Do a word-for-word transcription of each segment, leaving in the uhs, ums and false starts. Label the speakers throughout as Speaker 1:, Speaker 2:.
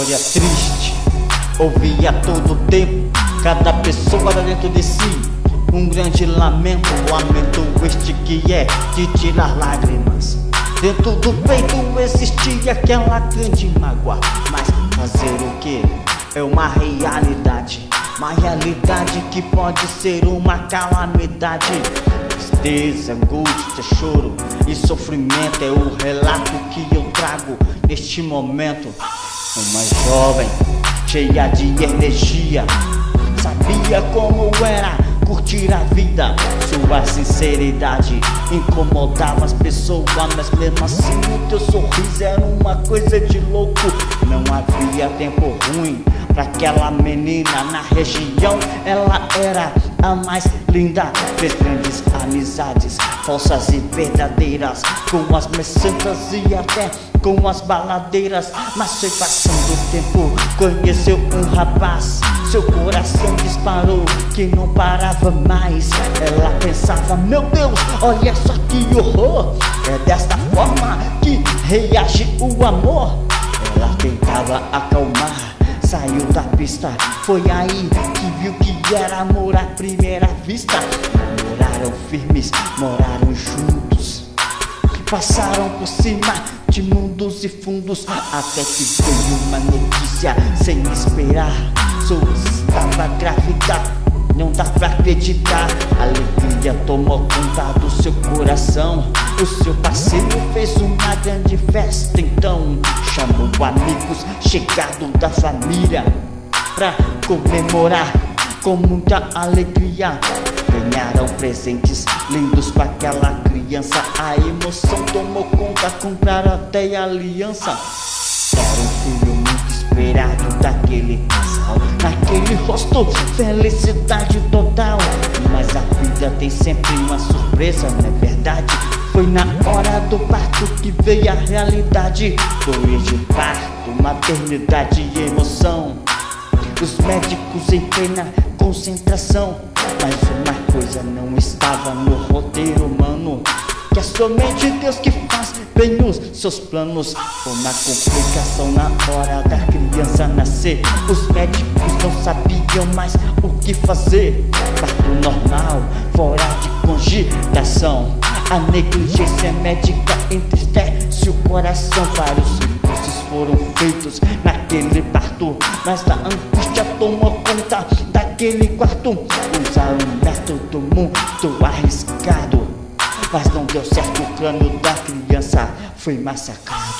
Speaker 1: história triste, ouvia todo tempo, cada pessoa dentro de si um grande lamento, lamento este que é de tirar lágrimas. Dentro do peito existia aquela grande mágoa, mas fazer o que? É uma realidade, uma realidade que pode ser uma calamidade. Tristeza, angústia, choro e sofrimento é o relato que eu trago neste momento. Uma jovem cheia de energia, sabia como era curtir a vida. Sua sinceridade incomodava as pessoas, mas mesmo assim o teu sorriso era uma coisa de louco. Não havia tempo ruim pra aquela menina na região, ela era a mais linda. Fez grandes amizades, falsas e verdadeiras, com as meçantas e até com as baladeiras. Mas foi passando o tempo, conheceu um rapaz, seu coração disparou que não parava mais. Ela pensava, meu Deus, olha só que horror, é desta forma que reage o amor. Ela tentava acalmar, saiu da pista, foi aí que viu que era amor à primeira vista. Namoraram firmes, moraram juntos, passaram por cima de mundos e fundos, até que veio uma notícia sem esperar. Sou estava grávida, não dá pra acreditar. A alegria tomou conta do seu coração. O seu parceiro fez uma grande festa, então chamou amigos chegados da família pra comemorar com muita alegria. Ganharam presentes lindos pra aquela criança, a emoção tomou conta, compraram até aliança. Era um filho muito esperado daquele casal, naquele rosto felicidade total. Mas a vida tem sempre uma surpresa, não é verdade? Foi na hora do parto que veio a realidade. Dores de parto, maternidade e emoção, os médicos em plena concentração. Mas uma coisa não estava no roteiro humano, que é somente Deus que faz bem os seus planos. Uma complicação na hora da criança nascer, os médicos não sabiam mais o que fazer. Parto normal, fora de cogitação, a negligência médica entristece o coração. Vários recursos foram feitos naquele parto, mas a angústia tomou conta daquele quarto. Usaram um método muito arriscado, mas não deu certo, o crânio da criança foi massacrado.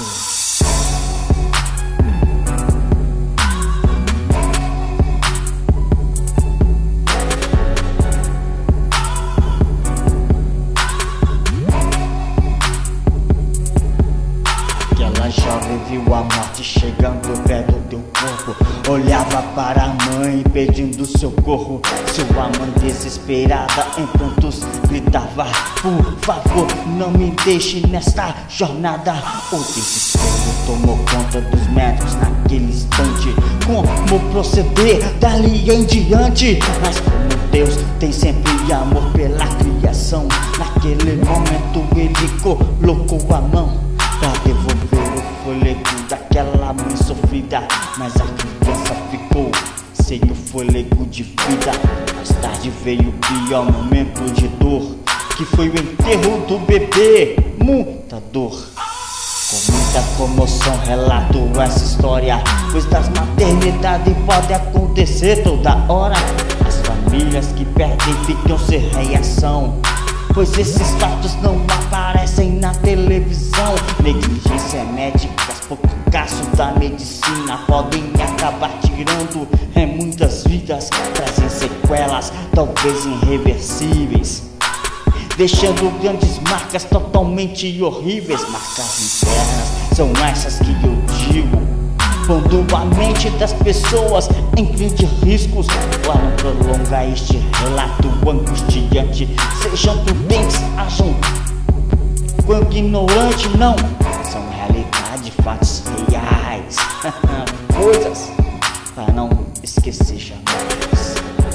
Speaker 1: Aquela jovem viu a morte chegando perto do teu corpo, olhava para a mãe pedindo socorro. Sua mãe desesperada em prantos gritava, por favor, não me deixe nesta jornada. O desespero tomou conta dos médicos naquele instante, como proceder dali em diante. Mas como Deus tem sempre amor pela criação, naquele momento ele colocou a mão pra devolver o fôlego daquela mãe sofrida. Mas a criança ficou sem o fôlego de vida. Mais tarde veio o pior momento de dor, que foi o enterro do bebê. Muita dor, com muita comoção relato essa história, pois das maternidades pode acontecer toda hora. As famílias que perdem ficam sem reação, pois esses fatos não aparecem na televisão. Negligência médica, pouco caso da medicina podem acabar tirando é, muitas vidas, trazem sequelas talvez irreversíveis, deixando grandes marcas totalmente horríveis. Marcas internas são essas que eu digo, pondo a mente das pessoas em grandes riscos. Para não prolongar este relato angustiante, sejam prudentes, ajam com ignorante, não são realidade, fatos reais. Coisas para não esquecer jamais.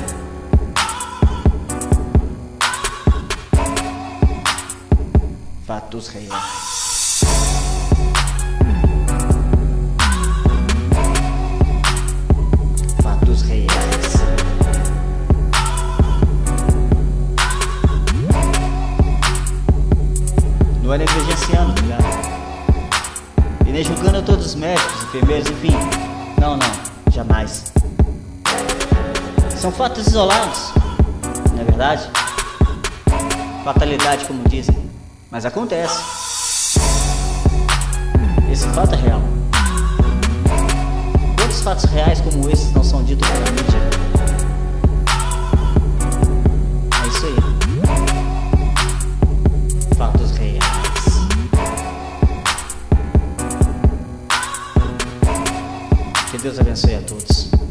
Speaker 1: Fatos reais. enfermeiros, enfim. Não, não, jamais. São fatos isolados, não é verdade? Fatalidade, como dizem, mas acontece. Esse fato é real. Quantos fatos reais como esses não são ditos pela mídia? É isso aí. Fatos reais. Que Deus abençoe a todos.